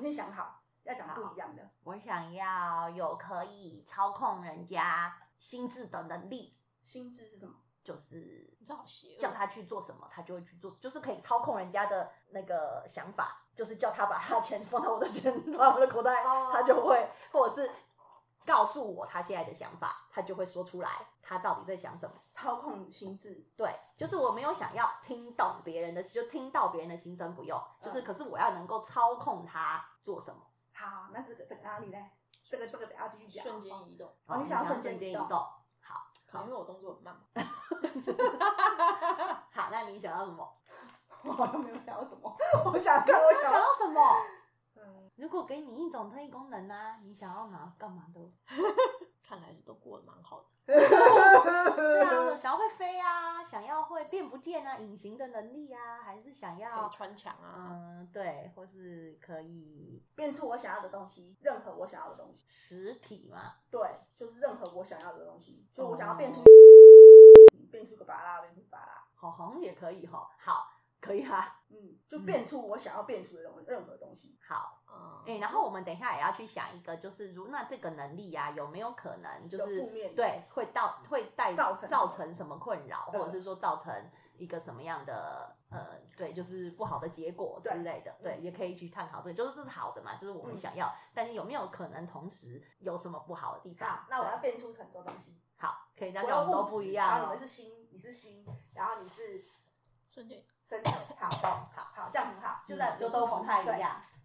你先想好，要讲不一样的。 我想要有可以操控人家心智的能力。 心智是什么？ 就是这好邪恶， 叫他去做什么，他就会去做，就是可以操控人家的那个想法，就是叫他把他的钱放到我的钱，放到我的口袋，他就会，或者是告诉我他现在的想法，他就会说出来，他到底在想什么。 操控心智， 对，就是我没有想要听懂别人的，就听到别人的心声不用，就是可是我要能够操控他做什么。 好，那这个哪里呢？这个等下继续讲。 瞬间移动。 你想要瞬间移动？ 好， 可能因为我动作很慢嘛。 好，那你想要什么？ 我好像没有想要什么，我想要什么？如果给你一种特异功能啊，你想要拿干嘛的？ 看来是都过得蛮好的。 对啊，想要会飞啊，想要会变不见啊，隐形的能力啊，还是想要可以穿墙啊？ 对，或是可以变出我想要的东西，任何我想要的东西。 实体嘛？ 对，就是任何我想要的东西，就我想要变出个巴拉，变出巴拉， 好像也可以哈。好，可以啊。 就变出我想要变出的任何东西。 好。然后我们等一下也要去想一个，就是那这个能力啊，有没有可能就是对会造成什么困扰，或者是说造成一个什么样的对，就是不好的结果之类的，对，也可以去探讨这个，就是这是好的嘛，就是我们想要，但是有没有可能同时有什么不好的地方？ 好，那我要变出很多东西。 好，可以这样讲，我们都不一样。 然后你们是心，你是心，然后你是瞬间， 好，这样很好，就都不太一样。